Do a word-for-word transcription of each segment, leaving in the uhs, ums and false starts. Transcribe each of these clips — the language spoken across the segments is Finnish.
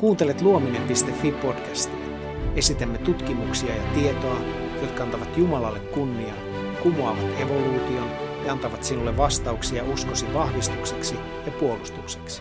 Kuuntelet luominen piste fi podcastia. Esitämme tutkimuksia ja tietoa, jotka antavat Jumalalle kunnian, kumoavat evoluution ja antavat sinulle vastauksia uskosi vahvistukseksi ja puolustukseksi.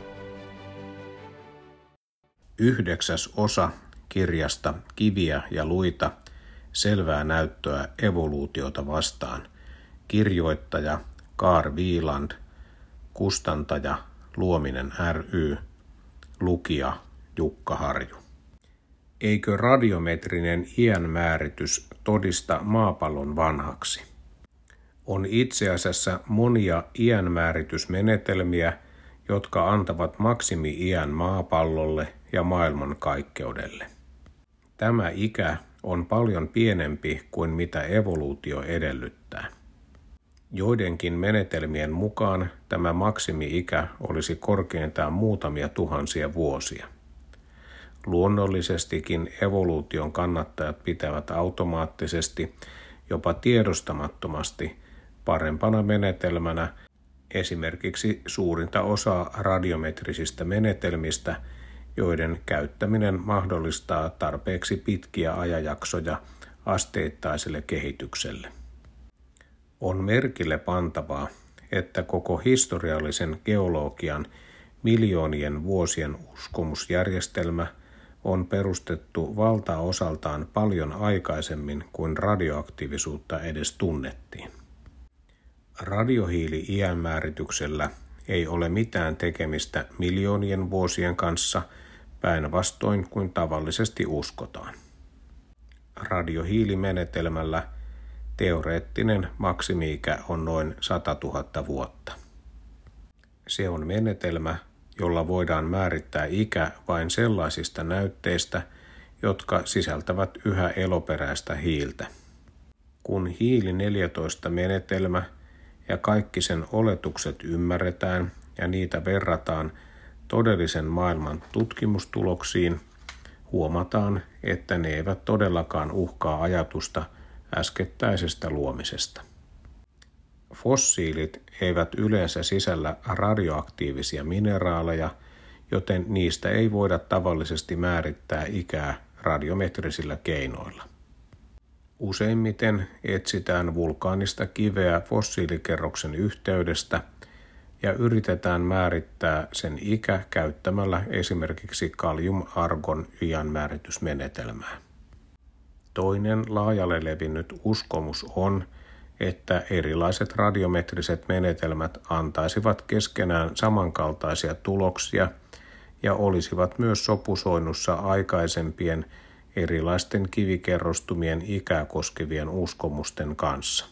Yhdeksäs osa kirjasta Kiviä ja luita, selvää näyttöä evoluutiota vastaan. Kirjoittaja Carl Wieland, kustantaja Luominen ry, lukija Jukka Harju. Eikö radiometrinen iänmääritys todista maapallon vanhaksi? On itse asiassa monia iänmääritysmenetelmiä, jotka antavat maksimi-iän maapallolle ja maailmankaikkeudelle. Tämä ikä on paljon pienempi kuin mitä evoluutio edellyttää. Joidenkin menetelmien mukaan tämä maksimi-ikä olisi korkeintaan muutamia tuhansia vuosia. Luonnollisestikin evoluution kannattajat pitävät automaattisesti, jopa tiedostamattomasti, parempana menetelmänä esimerkiksi suurinta osaa radiometrisistä menetelmistä, joiden käyttäminen mahdollistaa tarpeeksi pitkiä ajanjaksoja asteittaiselle kehitykselle. On merkille pantavaa, että koko historiallisen geologian miljoonien vuosien uskomusjärjestelmä on perustettu valtaosaltaan paljon aikaisemmin kuin radioaktiivisuutta edes tunnettiin. Radiohiili-iänmäärityksellä ei ole mitään tekemistä miljoonien vuosien kanssa, päinvastoin kuin tavallisesti uskotaan. Radiohiilimenetelmällä teoreettinen maksimi-ikä on noin satatuhatta vuotta. Se on menetelmä, jolla voidaan määrittää ikä vain sellaisista näytteistä, jotka sisältävät yhä eloperäistä hiiltä. Kun hiili neljätoista menetelmä ja kaikki sen oletukset ymmärretään ja niitä verrataan todellisen maailman tutkimustuloksiin, huomataan, että ne eivät todellakaan uhkaa ajatusta äskettäisestä luomisesta. Fossiilit eivät yleensä sisällä radioaktiivisia mineraaleja, joten niistä ei voida tavallisesti määrittää ikää radiometrisillä keinoilla. Useimmiten etsitään vulkaanista kiveä fossiilikerroksen yhteydestä ja yritetään määrittää sen ikä käyttämällä esimerkiksi kalium-argon iänmääritysmenetelmää. Toinen laajalle levinnyt uskomus on, että erilaiset radiometriset menetelmät antaisivat keskenään samankaltaisia tuloksia ja olisivat myös sopusoinnussa aikaisempien erilaisten kivikerrostumien ikää koskevien uskomusten kanssa.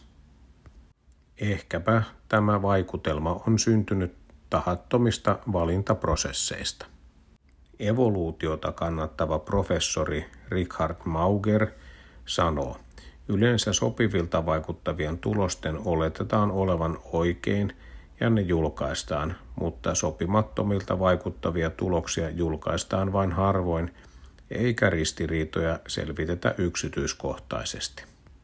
Ehkäpä tämä vaikutelma on syntynyt tahattomista valintaprosesseista. Evoluutiota kannattava professori Richard Mauger sanoo, yleensä sopivilta vaikuttavien tulosten oletetaan olevan oikein ja ne julkaistaan, mutta sopimattomilta vaikuttavia tuloksia julkaistaan vain harvoin, eikä ristiriitoja selvitetä yksityiskohtaisesti.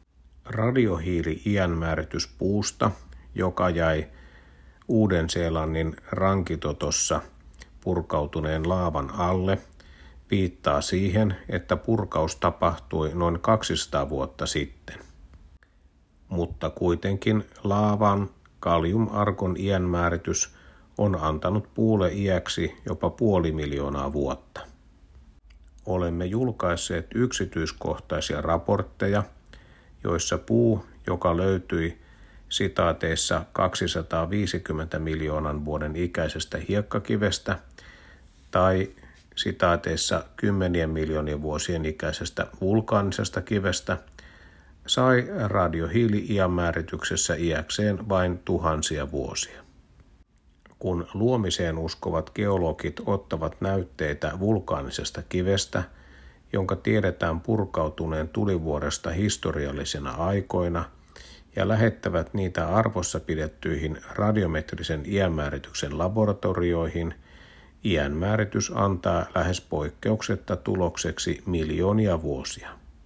Radiohiili-iänmääritys puusta, joka jäi Uuden-Seelannin Rankitotossa purkautuneen laavan alle, viittaa siihen, että purkaus tapahtui noin kaksisataa vuotta sitten. Mutta kuitenkin laavan kalium-argon iänmääritys on antanut puulle iäksi jopa puoli miljoonaa vuotta. Olemme julkaisseet yksityiskohtaisia raportteja, joissa puu, joka löytyi sitaateissa kaksisataaviisikymmentä miljoonan vuoden ikäisestä hiekkakivestä tai sitaateissa kymmenien miljoonien vuosien ikäisestä vulkaanisesta kivestä, sai radiohiili-iänmäärityksessä iäkseen vain tuhansia vuosia. Kun luomiseen uskovat geologit ottavat näytteitä vulkaanisesta kivestä, jonka tiedetään purkautuneen tulivuoresta historiallisina aikoina, ja lähettävät niitä arvossa pidettyihin radiometrisen iänmäärityksen laboratorioihin, iänmääritys antaa lähes poikkeuksetta tulokseksi miljoonia vuosia.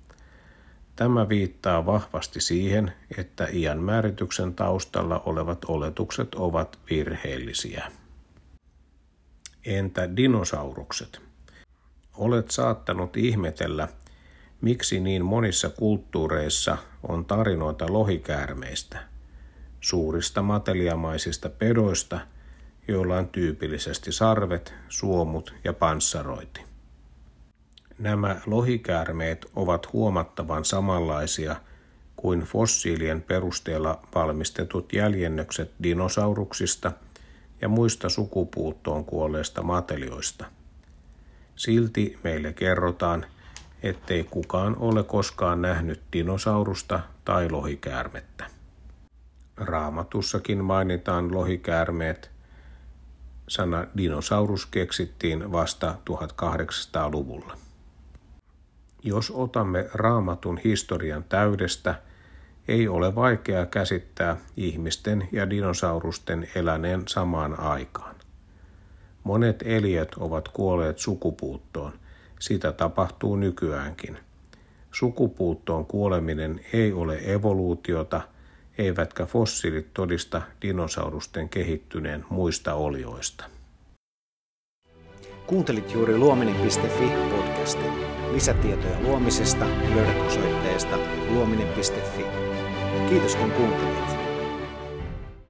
Tämä viittaa vahvasti siihen, että iänmäärityksen taustalla olevat oletukset ovat virheellisiä. Entä dinosaurukset? Olet saattanut ihmetellä, miksi niin monissa kulttuureissa on tarinoita lohikäärmeistä, suurista mateliamaisista pedoista, joilla on tyypillisesti sarvet, suomut ja panssarointi. Nämä lohikäärmeet ovat huomattavan samanlaisia kuin fossiilien perusteella valmistetut jäljennökset dinosauruksista ja muista sukupuuttoon kuolleista matelioista. Silti meille kerrotaan, ettei kukaan ole koskaan nähnyt dinosaurusta tai lohikäärmettä. Raamatussakin mainitaan lohikäärmeet. Sana dinosaurus keksittiin vasta tuhatkahdeksansataaluvulla. Jos otamme Raamatun historian täydestä, ei ole vaikea käsittää ihmisten ja dinosaurusten eläneen samaan aikaan. Monet eliöt ovat kuolleet sukupuuttoon. Sitä tapahtuu nykyäänkin. Sukupuuttoon kuoleminen ei ole evoluutiota, eivätkä fossiilit todista dinosaurusten kehittyneen muista olioista. Kuuntelit juuri luominen piste fi podcastin. Lisätietoja luomisesta löydät osoitteesta luominen piste fi. Kiitos kun kuuntelit.